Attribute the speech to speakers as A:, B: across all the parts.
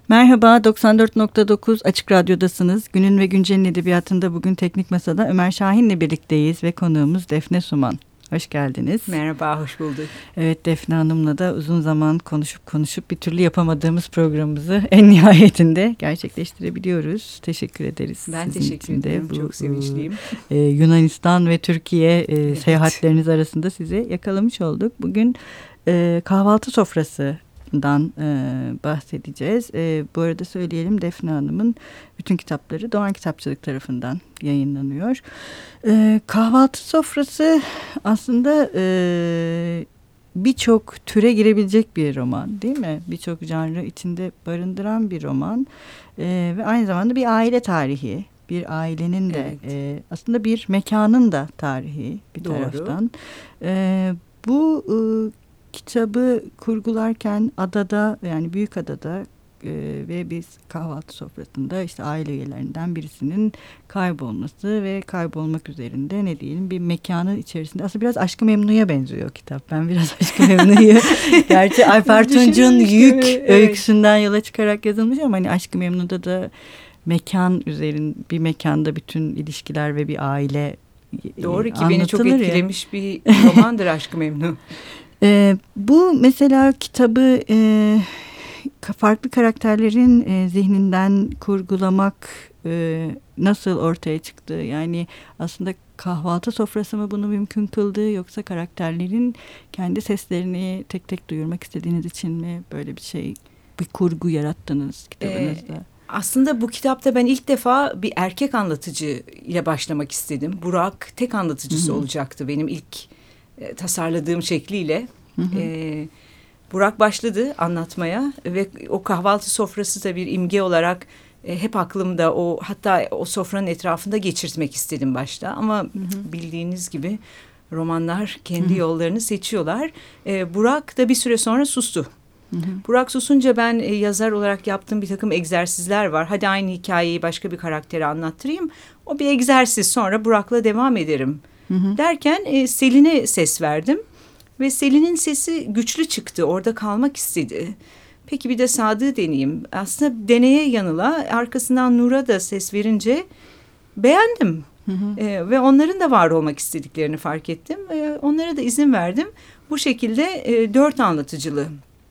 A: Merhaba, 94.9 Açık Radyo'dasınız. Günün ve Güncel'in edebiyatında bugün Teknik Masa'da Ömer Şahin'le birlikteyiz ve konuğumuz Defne Suman. Hoş geldiniz.
B: Merhaba, hoş bulduk.
A: Evet, Defne Hanım'la da uzun zaman konuşup bir türlü yapamadığımız programımızı en nihayetinde gerçekleştirebiliyoruz. Teşekkür ederiz.
B: Ben teşekkür ederim, çok sevinçliyim.
A: Yunanistan ve Türkiye evet. Seyahatleriniz arasında sizi yakalamış olduk. Bugün kahvaltı sofrası bahsedeceğiz. Bu arada söyleyelim, Defne Hanım'ın bütün kitapları Doğan Kitapçılık tarafından yayınlanıyor. Kahvaltı sofrası aslında birçok türe girebilecek bir roman, değil mi? Birçok janrı içinde barındıran bir roman ve aynı zamanda bir aile tarihi. Bir ailenin de evet. Aslında bir mekanın da tarihi bir Doğru. taraftan. Bu kitabı kurgularken adada, yani Büyükada'da ve biz kahvaltı sofrasında işte aile üyelerinden birisinin kaybolması ve kaybolmak üzerinde ne diyelim bir mekanın içerisinde. Aslında biraz Aşk-ı Memnu'ya benziyor kitap. Ben biraz Aşk-ı Memnu'yu gerçi Alper Tunç'un Yük öyküsünden yola çıkarak yazılmış ama hani Aşk-ı Memnu'da da mekan bir mekanda bütün ilişkiler ve bir aile
B: Doğru ki beni çok etkilemiş bir romandır Aşk-ı Memnu.
A: Bu mesela kitabı farklı karakterlerin zihninden kurgulamak nasıl ortaya çıktı? Yani aslında kahvaltı sofrası mı bunu mümkün kıldı, yoksa karakterlerin kendi seslerini tek tek duyurmak istediğiniz için mi böyle bir kurgu yarattınız kitabınızda?
B: Aslında bu kitapta ben ilk defa bir erkek anlatıcı ile başlamak istedim. Burak tek anlatıcısı olacaktı benim ilk tasarladığım şekliyle. Burak başladı anlatmaya ve o kahvaltı sofrası da bir imge olarak hep aklımda, hatta o sofranın etrafında geçirtmek istedim başta ama bildiğiniz gibi romanlar kendi yollarını seçiyorlar. Burak da bir süre sonra sustu. Burak susunca ben yazar olarak yaptığım bir takım egzersizler var. Hadi aynı hikayeyi başka bir karaktere anlattırayım. O bir egzersiz, sonra Burak'la devam ederim derken Selin'e ses verdim. Ve Selin'in sesi güçlü çıktı. Orada kalmak istedi. Peki bir de Sadık'ı deneyeyim. Aslında deneye yanıla arkasından Nur'a da ses verince beğendim. Ve onların da var olmak istediklerini fark ettim. Onlara da izin verdim. Bu şekilde 4 anlatıcılı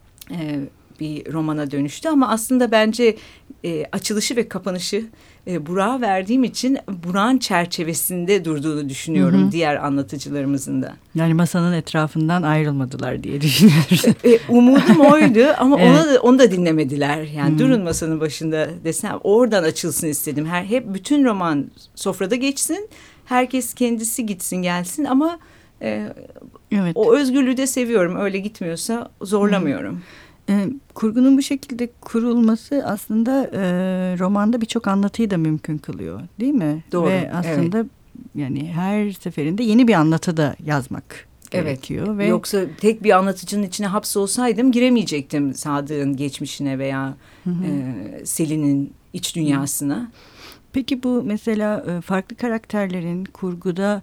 B: bir romana dönüştü. Ama aslında bence açılışı ve kapanışı Burak'a verdiğim için Burak'ın çerçevesinde durduğunu düşünüyorum diğer anlatıcılarımızın da.
A: Yani masanın etrafından ayrılmadılar diye düşünüyorum.
B: Umudum oydu ama evet. onu da dinlemediler. Yani durun masanın başında desem, oradan açılsın istedim. Hep bütün roman sofrada geçsin. Herkes kendisi gitsin gelsin ama evet. O özgürlüğü de seviyorum. Öyle gitmiyorsa zorlamıyorum.
A: Kurgunun bu şekilde kurulması aslında romanda birçok anlatıyı da mümkün kılıyor, değil mi?
B: Doğru.
A: Ve aslında yani her seferinde yeni bir anlatı da yazmak gerekiyor.
B: Evet.
A: Ve
B: yoksa tek bir anlatıcının içine hapsolsaydım giremeyecektim Sadık'ın geçmişine veya Selin'in iç dünyasına.
A: Peki bu mesela farklı karakterlerin kurguda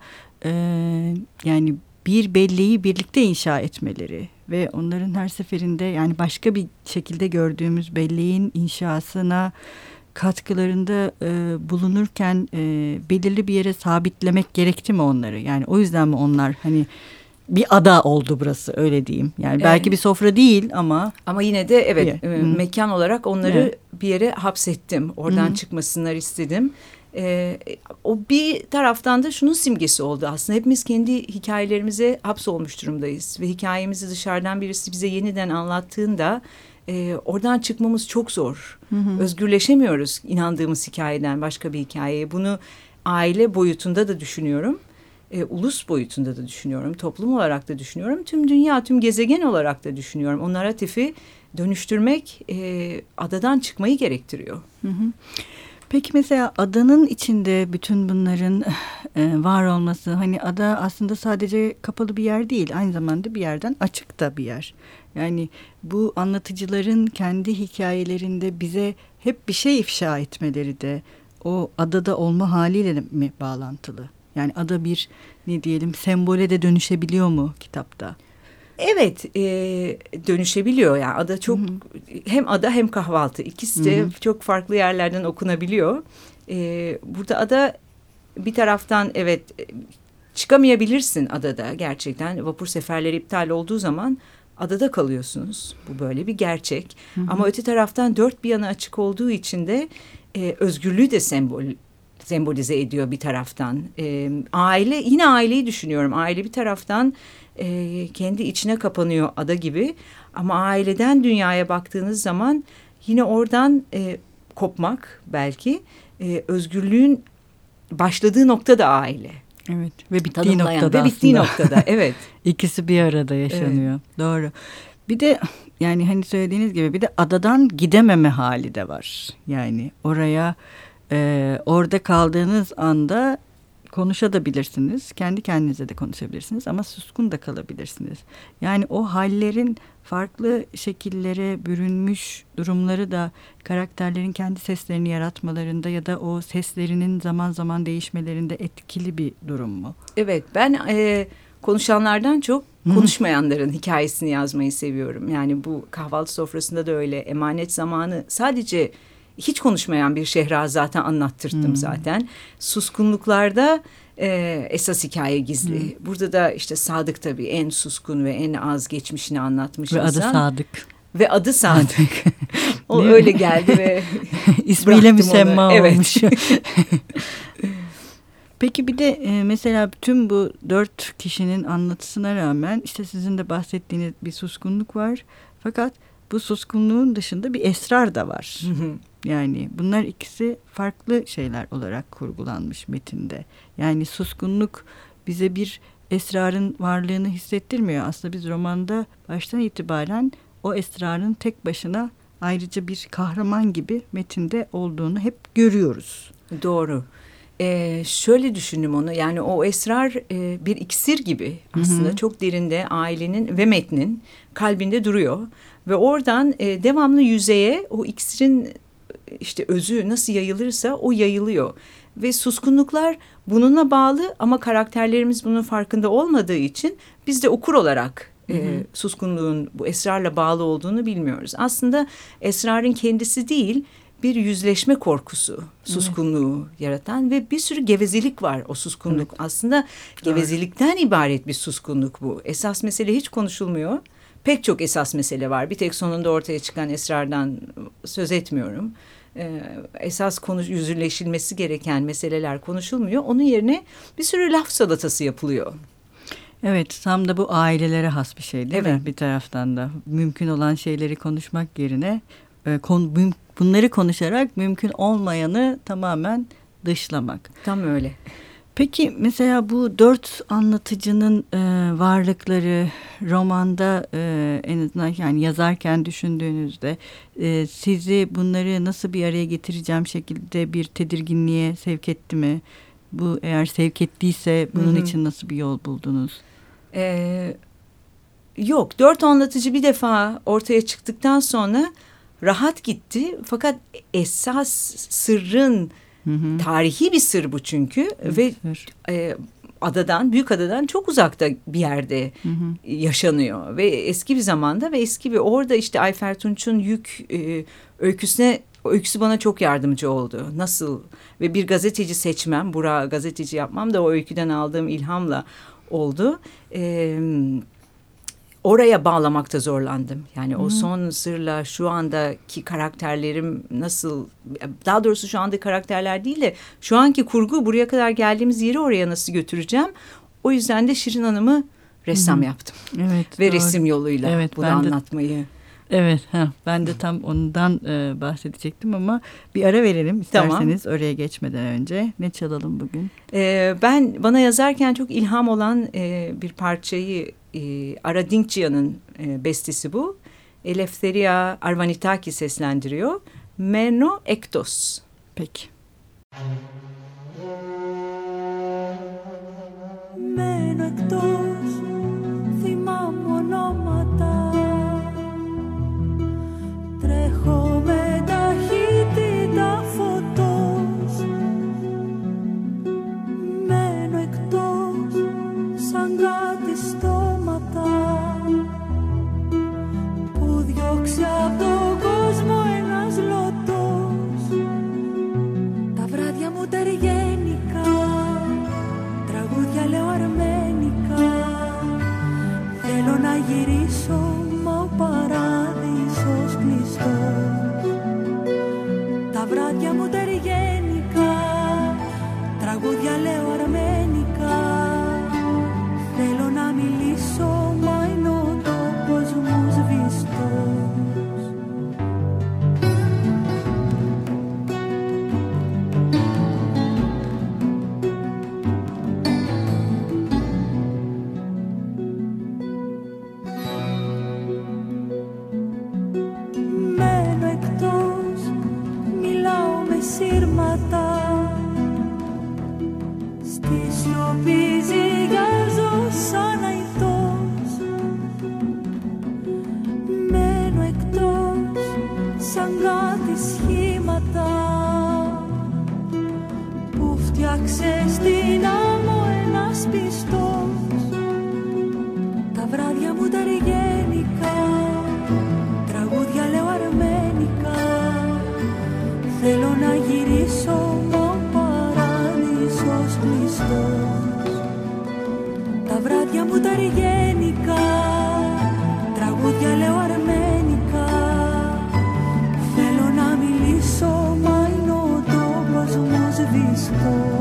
A: yani bir belleği birlikte inşa etmeleri ve onların her seferinde yani başka bir şekilde gördüğümüz belleğin inşasına katkılarında bulunurken belirli bir yere sabitlemek gerekti mi onları? Yani o yüzden mi onlar hani bir ada oldu burası, öyle diyeyim. Yani belki bir sofra değil ama
B: yine de evet mekan olarak onları bir yere hapsettim. Oradan çıkmasınlar istedim. O bir taraftan da şunun simgesi oldu aslında. Hepimiz kendi hikayelerimize hapsolmuş durumdayız. Ve hikayemizi dışarıdan birisi bize yeniden anlattığında oradan çıkmamız çok zor. Özgürleşemiyoruz inandığımız hikayeden başka bir hikayeye. Bunu aile boyutunda da düşünüyorum. Ulus boyutunda da düşünüyorum. Toplum olarak da düşünüyorum. Tüm dünya, tüm gezegen olarak da düşünüyorum. O narratifi dönüştürmek adadan çıkmayı gerektiriyor.
A: Peki mesela adanın içinde bütün bunların var olması, hani ada aslında sadece kapalı bir yer değil, aynı zamanda bir yerden açık da bir yer. Yani bu anlatıcıların kendi hikayelerinde bize hep bir şey ifşa etmeleri de o adada olma haliyle mi bağlantılı? Yani ada bir ne diyelim sembole de dönüşebiliyor mu kitapta?
B: Evet, dönüşebiliyor yani ada çok hem ada hem kahvaltı ikisi de çok farklı yerlerden okunabiliyor. Burada ada bir taraftan evet çıkamayabilirsin adada gerçekten vapur seferleri iptal olduğu zaman adada kalıyorsunuz. Bu böyle bir gerçek. Ama öte taraftan dört bir yana açık olduğu için de özgürlüğü de sembolize ediyor bir taraftan. Yine aileyi düşünüyorum. Aile bir taraftan kendi içine kapanıyor ada gibi. Ama aileden dünyaya baktığınız zaman yine oradan kopmak belki özgürlüğün başladığı nokta da aile.
A: Evet ve bittiği noktada
B: bittiği noktada evet.
A: İkisi bir arada yaşanıyor. Evet. Doğru. Bir de yani hani söylediğiniz gibi bir de adadan gidememe hali de var. Yani oraya orada kaldığınız anda konuşabilirsiniz. Kendi kendinize de konuşabilirsiniz ama suskun da kalabilirsiniz. Yani o hallerin farklı şekillere bürünmüş durumları da karakterlerin kendi seslerini yaratmalarında ya da o seslerinin zaman zaman değişmelerinde etkili bir durum mu?
B: Evet, ben konuşanlardan çok konuşmayanların hikayesini yazmayı seviyorum. Yani bu kahvaltı sofrasında da öyle. Emanet zamanı sadece hiç konuşmayan bir Şehrazat'a anlattırdım zaten. Suskunluklarda esas hikaye gizli. Burada da işte Sadık tabii en suskun ve en az geçmişini anlatmış
A: ve
B: insan.
A: Adı Sadık.
B: Ve adı Sadık. O öyle geldi ve
A: ismiyle müsemma olmuş.
B: Evet.
A: Peki bir de mesela tüm bu 4 kişinin anlatısına rağmen işte sizin de bahsettiğiniz bir suskunluk var. Fakat bu suskunluğun dışında bir esrar da var. Yani bunlar ikisi farklı şeyler olarak kurgulanmış metinde. Yani suskunluk bize bir esrarın varlığını hissettirmiyor. Aslında biz romanda baştan itibaren o esrarın tek başına ayrıca bir kahraman gibi metinde olduğunu hep görüyoruz.
B: Doğru. Şöyle düşündüm onu, yani o esrar bir iksir gibi aslında çok derinde ailenin ve metnin kalbinde duruyor. Ve oradan devamlı yüzeye o iksirin işte özü nasıl yayılırsa o yayılıyor. Ve suskunluklar bununla bağlı ama karakterlerimiz bunun farkında olmadığı için biz de okur olarak suskunluğun bu esrarla bağlı olduğunu bilmiyoruz. Aslında esrarın kendisi değil, bir yüzleşme korkusu suskunluğu yaratan ve bir sürü gevezelik var o suskunluk. Evet. Aslında gevezelikten ibaret bir suskunluk bu. Esas mesele hiç konuşulmuyor. Pek çok esas mesele var. Bir tek sonunda ortaya çıkan esrardan söz etmiyorum. Esas yüzleşilmesi gereken meseleler konuşulmuyor. Onun yerine bir sürü laf salatası yapılıyor.
A: Evet, tam da bu ailelere has bir şey değil mi? Bir taraftan da mümkün olan şeyleri konuşmak yerine bunları konuşarak mümkün olmayanı tamamen dışlamak.
B: Tam öyle.
A: Peki mesela bu 4 anlatıcının varlıkları romanda en azından yani yazarken düşündüğünüzde sizi bunları nasıl bir araya getireceğim şekilde bir tedirginliğe sevk etti mi? Bu eğer sevk ettiyse bunun için nasıl bir yol buldunuz?
B: Yok, 4 anlatıcı bir defa ortaya çıktıktan sonra rahat gitti. Fakat esas sırrın tarihi bir sır bu çünkü ve büyük adadan çok uzakta bir yerde yaşanıyor ve eski bir zamanda ve eski bir orada işte Ayfer Tunç'un yük öyküsü bana çok yardımcı oldu. Nasıl ve bir gazeteci seçmem, Burak'ı gazeteci yapmam da o öyküden aldığım ilhamla oldu. Oraya bağlamakta zorlandım. Yani o son sırla şu andaki karakterlerim nasıl, daha doğrusu şu andaki karakterler değil de şu anki kurgu buraya kadar geldiğimiz yeri oraya nasıl götüreceğim? O yüzden de Şirin Hanım'ı ressam yaptım.
A: Evet,
B: ve resim yoluyla bunu anlatmayı.
A: Evet, ben de tam ondan bahsedecektim ama bir ara verelim isterseniz oraya geçmeden önce. Ne çalalım bugün?
B: Bana yazarken çok ilham olan bir parçayı Ara Dinkcia'nın bestesi bu. Eleftheria Arvanitaki seslendiriyor. Meno Ektos.
A: Peki.
C: Μένω εκτός, θυμάμαι ονόματα. Τρέχω με ταχύτητα φωτός. Μένω εκτός, σαν κάτι στόματα. ύψατα. Στη σιωπή ζυγιάζω σαν αητός. Μένω εκτός σαν κάτι σχήματα που φτιάξε στην άμμο ένας πιστός. Τα βράδια μου τα ριγένικα, τραγούδια λέω αρμένικα. Θέλω να γυρίσω ο παράδεισος κλειστός. Τα βράδια μου τα ριγένικα, τραγούδια λέω αρμένικα. Θέλω να μιλήσω, μα είναι ο τόπος μου σβηστός.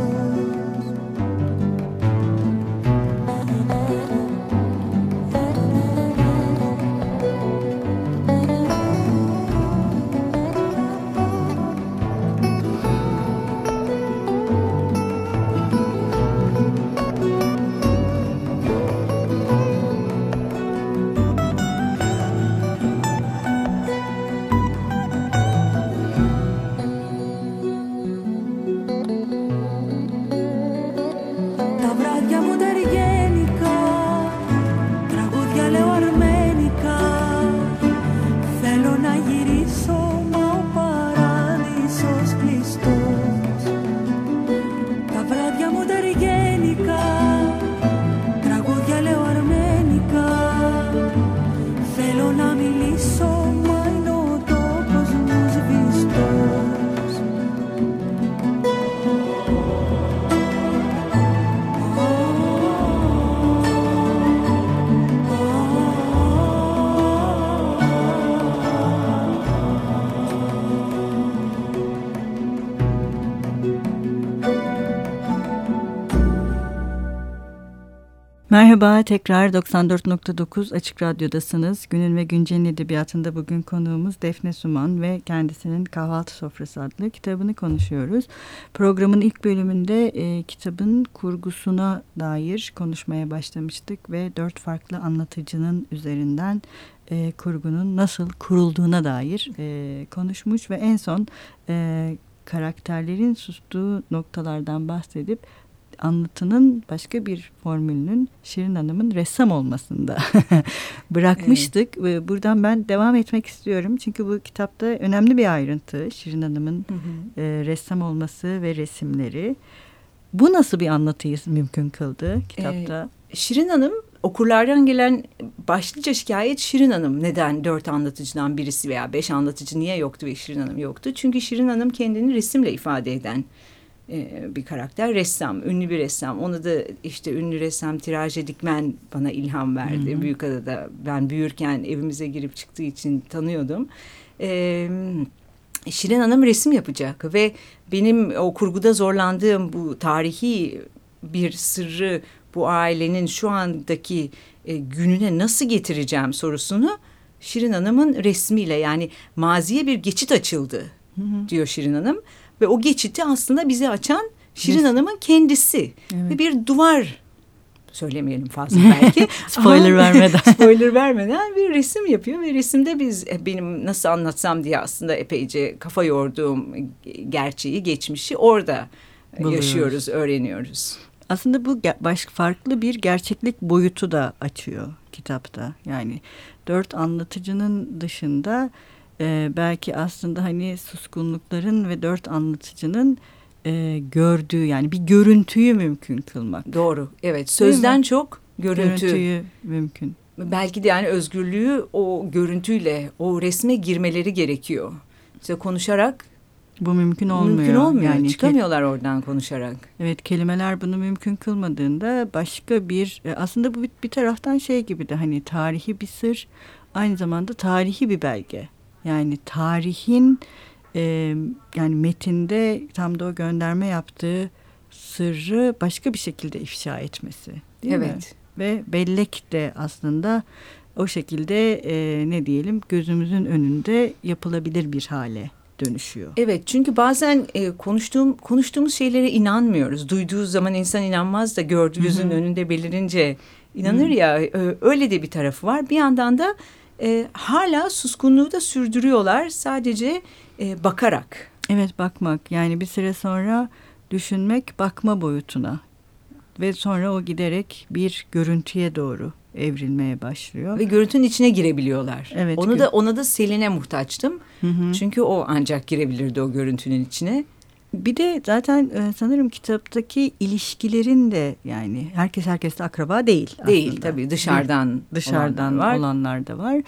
A: Merhaba, tekrar 94.9 Açık Radyo'dasınız. Günün ve Güncel'in edebiyatında bugün konuğumuz Defne Suman ve kendisinin Kahvaltı Sofrası adlı kitabını konuşuyoruz. Programın ilk bölümünde kitabın kurgusuna dair konuşmaya başlamıştık ve 4 farklı anlatıcının üzerinden kurgunun nasıl kurulduğuna dair konuşmuş ve en son karakterlerin sustuğu noktalardan bahsedip anlatının başka bir formülünün Şirin Hanım'ın ressam olmasında bırakmıştık. Evet. Buradan ben devam etmek istiyorum. Çünkü bu kitapta önemli bir ayrıntı Şirin Hanım'ın ressam olması ve resimleri. Bu nasıl bir anlatıyı mümkün kıldı kitapta?
B: Şirin Hanım, okurlardan gelen başlıca şikayet Şirin Hanım neden 4 anlatıcıdan birisi veya 5 anlatıcı niye yoktu ve Şirin Hanım yoktu? Çünkü Şirin Hanım kendini resimle ifade eden bir karakter, ressam, ünlü bir ressam. Onu da işte ünlü ressam Tiraje Dikmen bana ilham verdi. Hı-hı. Büyükada'da ben büyürken evimize girip çıktığı için tanıyordum. Şirin Hanım resim yapacak ve benim o kurguda zorlandığım bu tarihi bir sırrı bu ailenin şu andaki gününe nasıl getireceğim sorusunu Şirin Hanım'ın resmiyle, yani maziye bir geçit açıldı, hı-hı, diyor Şirin Hanım. Ve o geçiti aslında bize açan Şirin Hanım'ın kendisi. Evet. Ve bir duvar, söylemeyelim fazla belki. Spoiler vermeden bir resim yapıyor. Ve resimde biz, benim nasıl anlatsam diye aslında epeyce kafa yorduğum gerçeği, geçmişi orada yaşıyoruz, öğreniyoruz.
A: Aslında bu farklı bir gerçeklik boyutu da açıyor kitapta. Yani 4 anlatıcının dışında belki aslında hani suskunlukların ve 4 anlatıcının gördüğü, yani bir görüntüyü mümkün kılmak.
B: Doğru, evet, sözden çok
A: görüntüyü mümkün.
B: Belki de yani özgürlüğü o görüntüyle, o resme girmeleri gerekiyor. İşte konuşarak
A: bu mümkün olmuyor.
B: Mümkün olmuyor. Yani çıkamıyorlar oradan konuşarak.
A: Evet, kelimeler bunu mümkün kılmadığında başka bir, aslında bu bir taraftan şey gibi de, hani tarihi bir sır, aynı zamanda tarihi bir belge. Yani tarihin yani metinde tam da o gönderme yaptığı sırrı başka bir şekilde ifşa etmesi, değil mi? Ve bellek de aslında o şekilde ne diyelim, gözümüzün önünde yapılabilir bir hale dönüşüyor.
B: Evet, çünkü bazen konuştuğumuz şeylere inanmıyoruz. Duyduğu zaman insan inanmaz da gördüğü gözünün önünde belirince inanır ya, öyle de bir tarafı var. Bir yandan da hala suskunluğu da sürdürüyorlar sadece bakarak.
A: Evet, bakmak. Yani bir süre sonra düşünmek bakma boyutuna ve sonra o giderek bir görüntüye doğru evrilmeye başlıyor.
B: Ve görüntünün içine girebiliyorlar.
A: Evet,
B: Ona da Selin'e muhtaçtım. Çünkü o ancak girebilirdi o görüntünün içine.
A: Bir de zaten sanırım kitaptaki ilişkilerin de, yani herkes herkesle akraba değil aslında.
B: Değil tabii, dışarıdan
A: olanlar da var.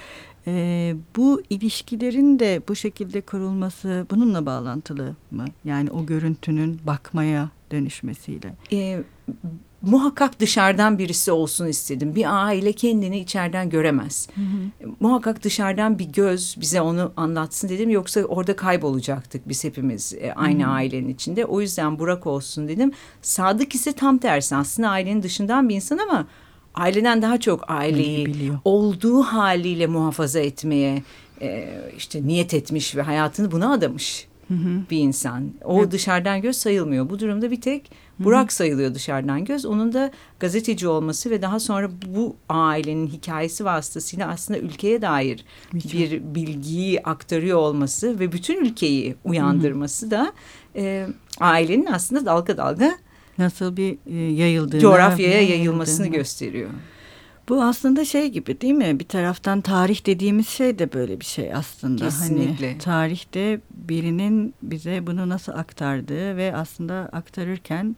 A: Bu ilişkilerin de bu şekilde kurulması bununla bağlantılı mı? Yani o görüntünün bakmaya dönüşmesiyle.
B: Muhakkak dışarıdan birisi olsun istedim. Bir aile kendini içeriden göremez. Muhakkak dışarıdan bir göz bize onu anlatsın dedim. Yoksa orada kaybolacaktık biz hepimiz aynı ailenin içinde. O yüzden Burak olsun dedim. Sadık ise tam tersi, aslında ailenin dışından bir insan ama aileden daha çok aileyi olduğu haliyle muhafaza etmeye işte niyet etmiş ve hayatını buna adamış bir insan. O dışarıdan göz sayılmıyor. Bu durumda bir tek Burak sayılıyor dışarıdan göz. Onun da gazeteci olması ve daha sonra bu ailenin hikayesi vasıtasıyla aslında ülkeye dair bir bilgiyi aktarıyor olması ve bütün ülkeyi uyandırması da ailenin aslında dalga dalga
A: nasıl bir yayıldığını,
B: coğrafyaya yayılmasını gösteriyor.
A: Bu aslında şey gibi değil mi? Bir taraftan tarih dediğimiz şey de böyle bir şey aslında.
B: Kesinlikle.
A: Hani tarihte birinin bize bunu nasıl aktardığı ve aslında aktarırken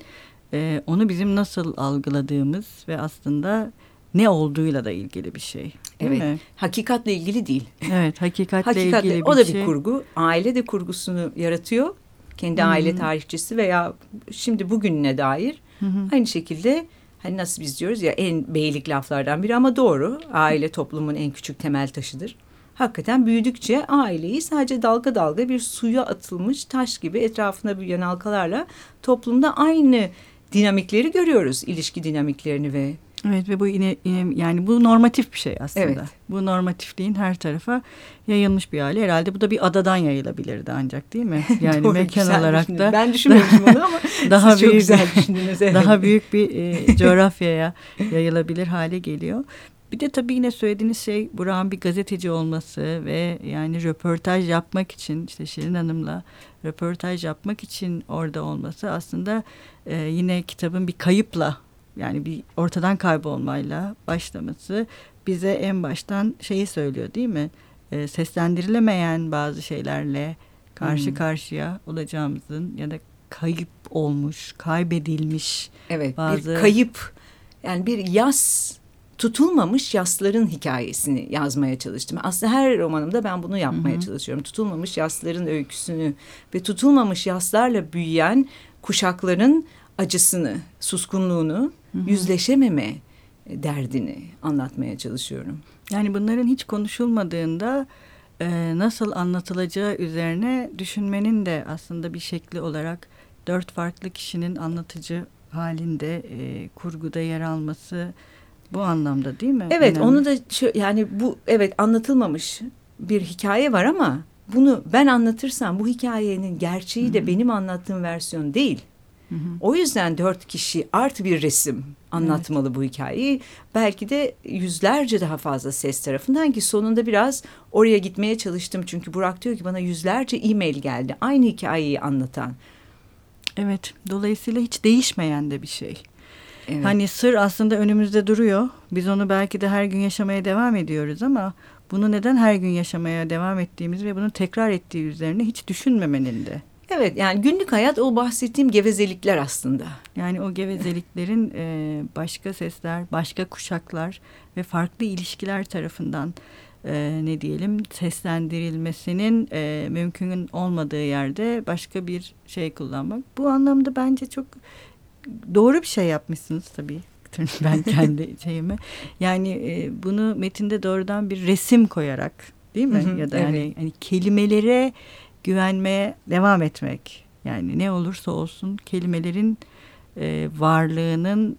A: onu bizim nasıl algıladığımız ve aslında ne olduğuyla da ilgili bir şey. Değil mi?
B: Hakikatle ilgili değil.
A: Evet, hakikatle ilgili bir şey.
B: O da bir kurgu. Aile de kurgusunu yaratıyor. Kendi aile tarihçisi veya şimdi bugününe dair. Aynı şekilde hani nasıl biz diyoruz ya, en beylik laflardan biri ama doğru. Aile toplumun en küçük temel taşıdır. Hakikaten büyüdükçe aileyi sadece dalga dalga bir suya atılmış taş gibi etrafına büyüyen halkalarla toplumda aynı dinamikleri görüyoruz. İlişki dinamiklerini ve...
A: Evet, ve bu yani bu normatif bir şey aslında.
B: Evet.
A: Bu normatifliğin her tarafa yayılmış bir hali. Herhalde bu da bir adadan yayılabilirdi ancak, değil mi? Yani
B: doğru,
A: mekan olarak da.
B: Ben düşünmemiştim onu ama
A: daha
B: siz çok güzel düşündünüz. Evet.
A: Daha büyük bir coğrafyaya yayılabilir hale geliyor. Bir de tabii yine söylediğiniz şey Burak'ın bir gazeteci olması ve yani röportaj yapmak için, işte Şirin Hanım'la röportaj yapmak için orada olması aslında yine kitabın bir kayıpla, yani bir ortadan kaybolmayla başlaması bize en baştan şeyi söylüyor değil mi? Seslendirilemeyen bazı şeylerle karşı karşıya olacağımızın ya da kayıp olmuş, kaybedilmiş bazı...
B: bir kayıp, yani bir yas, tutulmamış yasların hikayesini yazmaya çalıştım. Aslında her romanımda ben bunu yapmaya çalışıyorum. Tutulmamış yasların öyküsünü ve tutulmamış yaslarla büyüyen kuşakların acısını, suskunluğunu, yüzleşememe derdini anlatmaya çalışıyorum.
A: Yani bunların hiç konuşulmadığında nasıl anlatılacağı üzerine düşünmenin de aslında bir şekli olarak 4 farklı kişinin anlatıcı halinde kurguda yer alması bu anlamda değil mi?
B: Evet, önemli. Onu da yani bu anlatılmamış bir hikaye var ama bunu ben anlatırsam bu hikayenin gerçeği de benim anlattığım versiyon değil. O yüzden 4 kişi artı bir resim anlatmalı bu hikayeyi. Belki de yüzlerce daha fazla ses tarafından, ki sonunda biraz oraya gitmeye çalıştım. Çünkü Burak diyor ki bana yüzlerce e-mail geldi aynı hikayeyi anlatan.
A: Evet, dolayısıyla hiç değişmeyen de bir şey.
B: Evet.
A: Hani sır aslında önümüzde duruyor. Biz onu belki de her gün yaşamaya devam ediyoruz ama bunu neden her gün yaşamaya devam ettiğimiz ve bunu tekrar ettiği üzerine hiç düşünmemenin de.
B: Evet, yani günlük hayat o bahsettiğim gevezelikler aslında.
A: Yani o gevezeliklerin başka sesler, başka kuşaklar ve farklı ilişkiler tarafından seslendirilmesinin mümkün olmadığı yerde başka bir şey kullanmak. Bu anlamda bence çok doğru bir şey yapmışsınız tabii. Ben kendi şeyimi. Yani bunu metinde doğrudan bir resim koyarak, değil mi? Ya da yani kelimelere güvenmeye devam etmek. Yani ne olursa olsun kelimelerin varlığının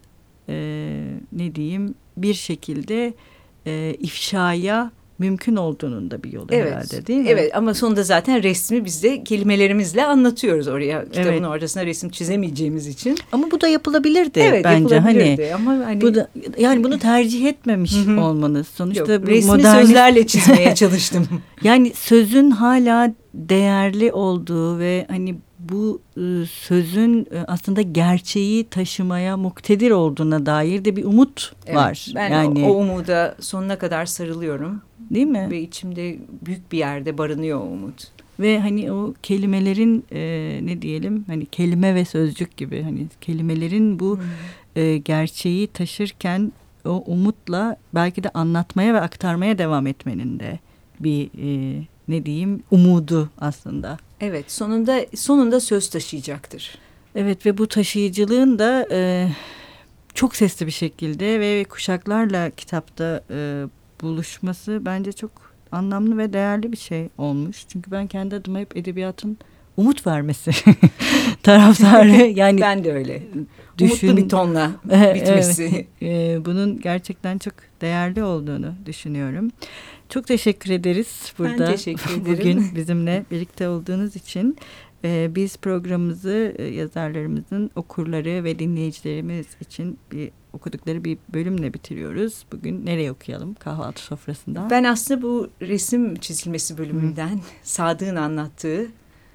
A: bir şekilde ifşaya mümkün olduğunun da bir yolu herhalde, değil mi?
B: Evet, ama sonunda zaten resmi biz de kelimelerimizle anlatıyoruz oraya. Kitabın ortasına resim çizemeyeceğimiz için.
A: Ama bu da yapılabilirdi bence.
B: Yapılabilirdi. Ama
A: bu da, yani bunu tercih etmemiş olmanız. Sonuçta
B: resmi sözlerle çizmeye çalıştım.
A: Yani sözün hala değerli olduğu ve hani bu sözün aslında gerçeği taşımaya muktedir olduğuna dair de bir umut var.
B: Ben
A: yani
B: o umuda sonuna kadar sarılıyorum.
A: Değil mi?
B: Ve içimde büyük bir yerde barınıyor o umut.
A: Ve hani o kelimelerin ne diyelim, hani kelime ve sözcük gibi, hani kelimelerin bu gerçeği taşırken o umutla belki de anlatmaya ve aktarmaya devam etmenin de bir ne diyeyim, umudu aslında.
B: Evet, sonunda söz taşıyacaktır.
A: Evet, ve bu taşıyıcılığın da çok sesli bir şekilde ve kuşaklarla kitapta buluşması bence çok anlamlı ve değerli bir şey olmuş. Çünkü ben kendi adıma hep edebiyatın umut vermesi taraftarı. Yani
B: ben de öyle. Umutlu bir tonla bitmesi.
A: Evet, bunun gerçekten çok değerli olduğunu düşünüyorum. Çok teşekkür ederiz burada.
B: Ben teşekkür ederim.
A: Bugün bizimle birlikte olduğunuz için. Biz programımızı yazarlarımızın okurları ve dinleyicilerimiz için okudukları bir bölümle bitiriyoruz. Bugün nereye okuyalım kahvaltı sofrasında?
B: Ben aslında bu resim çizilmesi bölümünden Sadık'ın anlattığı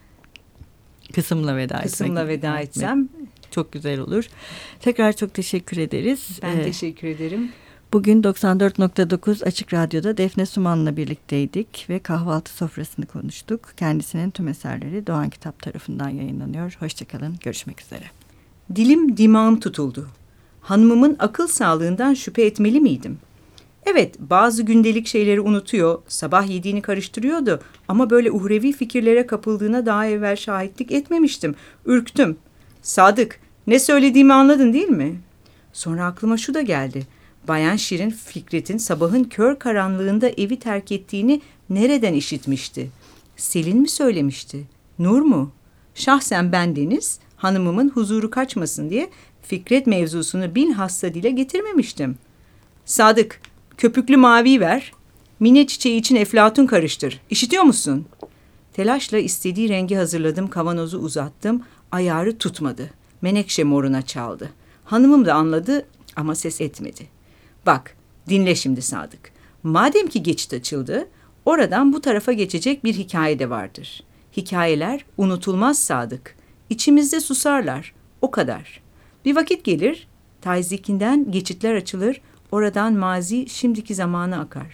A: kısımla veda etsem çok güzel olur. Tekrar çok teşekkür ederiz.
B: Ben teşekkür ederim.
A: Bugün 94.9 Açık Radyo'da Defne Suman'la birlikteydik ve kahvaltı sofrasını konuştuk. Kendisinin tüm eserleri Doğan Kitap tarafından yayınlanıyor. Hoşçakalın, görüşmek üzere.
B: Dilim dimağım tutuldu. Hanımımın akıl sağlığından şüphe etmeli miydim? Evet, bazı gündelik şeyleri unutuyor, sabah yediğini karıştırıyordu ama böyle uhrevi fikirlere kapıldığına daha evvel şahitlik etmemiştim. Ürktüm. Sadık, ne söylediğimi anladın değil mi? Sonra aklıma şu da geldi. Bayan Şirin Fikret'in sabahın kör karanlığında evi terk ettiğini nereden işitmişti? Selin mi söylemişti? Nur mu? Şahsen bendeniz, hanımımın huzuru kaçmasın diye Fikret mevzusunu bilhassa dile getirmemiştim. Sadık, köpüklü maviyi ver. Mine çiçeği için eflatun karıştır. İşitiyor musun? Telaşla istediği rengi hazırladım, kavanozu uzattım. Ayarı tutmadı. Menekşe moruna çaldı. Hanımım da anladı ama ses etmedi. Bak, dinle şimdi Sadık. Madem ki geçit açıldı, oradan bu tarafa geçecek bir hikaye de vardır. Hikayeler unutulmaz Sadık. İçimizde susarlar. O kadar. Bir vakit gelir, tayzikinden geçitler açılır, oradan mazi şimdiki zamana akar.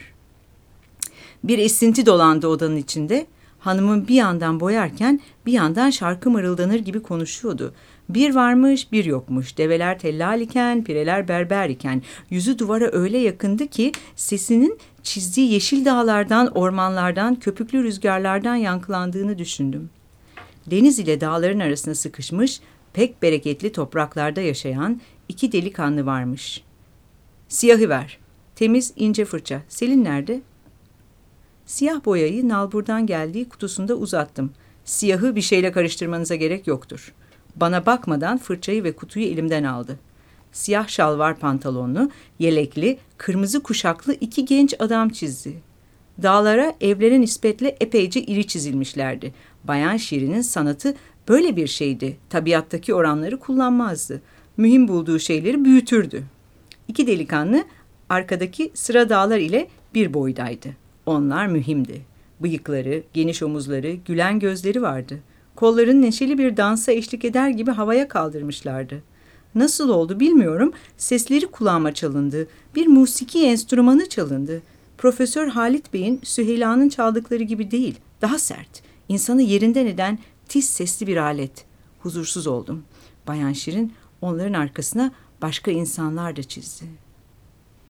B: Bir esinti dolandı odanın içinde. Hanımın bir yandan boyarken bir yandan şarkı mırıldanır gibi konuşuyordu. Bir varmış bir yokmuş, develer tellal iken, pireler berber iken, yüzü duvara öyle yakındı ki sesinin çizdiği yeşil dağlardan, ormanlardan, köpüklü rüzgarlardan yankılandığını düşündüm. Deniz ile dağların arasına sıkışmış, pek bereketli topraklarda yaşayan iki delikanlı varmış. Siyahı ver, temiz ince fırça. Selin nerede? Siyah boyayı nalburdan geldiği kutusunda uzattım. Siyahı bir şeyle karıştırmanıza gerek yoktur. Bana bakmadan fırçayı ve kutuyu elimden aldı. Siyah şalvar pantolonlu, yelekli, kırmızı kuşaklı iki genç adam çizdi. Dağlara evlere nispetle epeyce iri çizilmişlerdi. Bayan Şirin'in sanatı böyle bir şeydi. Tabiattaki oranları kullanmazdı. Mühim bulduğu şeyleri büyütürdü. İki delikanlı arkadaki sıra dağlar ile bir boydaydı. Onlar mühimdi. Bıyıkları, geniş omuzları, gülen gözleri vardı. Kollarını neşeli bir dansa eşlik eder gibi havaya kaldırmışlardı. Nasıl oldu bilmiyorum, sesleri kulağıma çalındı. Bir musiki enstrümanı çalındı. Profesör Halit Bey'in Süheyla'nın çaldıkları gibi değil, daha sert, insanı yerinden eden tiz sesli bir alet. Huzursuz oldum. Bayan Şirin onların arkasına başka insanlar da çizdi.